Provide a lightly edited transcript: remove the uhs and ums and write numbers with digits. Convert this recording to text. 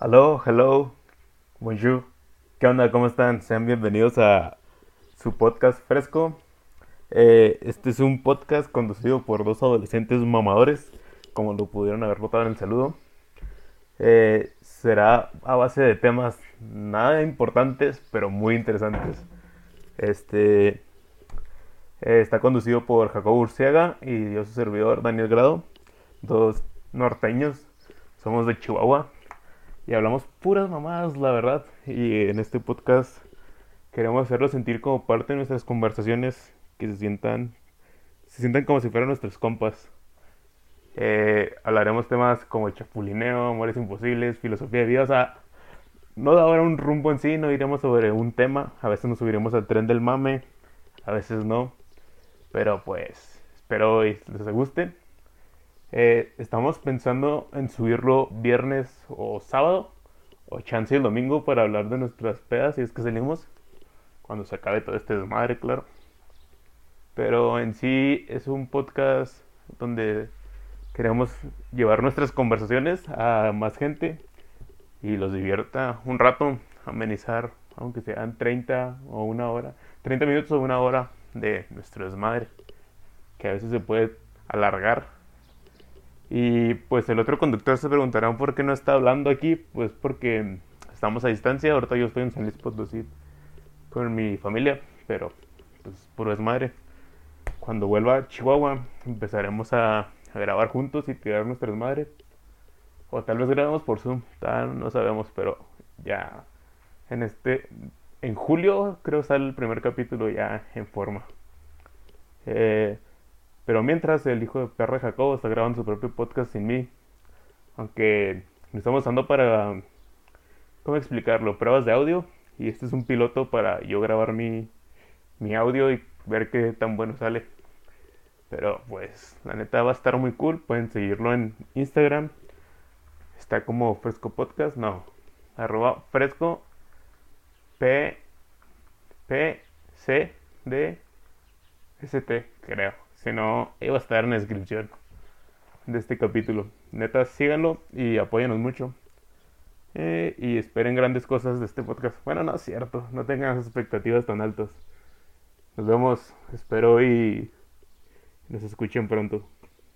Hello, hello, bonjour. ¿Qué onda? ¿Cómo están? Sean bienvenidos a su podcast fresco. Este es un podcast conducido por dos adolescentes mamadores, como lo pudieron haber notado en el saludo. Será a base de temas nada importantes, pero muy interesantes. Este está conducido por Jacobo Urciaga y yo su servidor Daniel Grado, dos norteños. Somos de Chihuahua y hablamos puras mamadas, la verdad. Y en este podcast queremos hacerlo sentir como parte de nuestras conversaciones, que se sientan como si fueran nuestros compas. Hablaremos temas como chapulineo, amores imposibles, filosofía de vida. O sea, no da ahora un rumbo en sí, no iremos sobre un tema. A veces nos subiremos al tren del mame, a veces no. Pero pues, espero y les guste. Estamos pensando en subirlo viernes o sábado, o chance el domingo para hablar de nuestras pedas si es que salimos, cuando se acabe todo este desmadre, claro. Pero en sí es un podcast donde queremos llevar nuestras conversaciones a más gente y los divierta un rato, amenizar, aunque sean 30 o una hora, 30 minutos o una hora de nuestro desmadre, que a veces se puede alargar. Y pues el otro conductor se preguntará por qué no está hablando aquí, pues porque estamos a distancia, ahorita yo estoy en San Luis Potosí con mi familia, pero pues puro desmadre. Cuando vuelva a Chihuahua empezaremos a grabar juntos y tirar nuestras madres. O tal vez grabemos por Zoom, tal, no sabemos, pero ya en en julio creo sale el primer capítulo ya en forma. Eh, pero mientras el hijo de perra Jacobo está grabando su propio podcast sin mí, aunque lo estamos usando para, ¿cómo explicarlo? Pruebas de audio. Y este es un piloto para yo grabar mi audio y ver qué tan bueno sale. Pero pues la neta va a estar muy cool. Pueden seguirlo en Instagram. Está como Fresco Podcast. No. Arroba Fresco P P C D S T, creo. Si no, iba a estar en la descripción de este capítulo. Neta, síganlo y apóyanos mucho. Y esperen grandes cosas de este podcast. Bueno, no es cierto. No tengan expectativas tan altas. Nos vemos. Espero y nos escuchen pronto.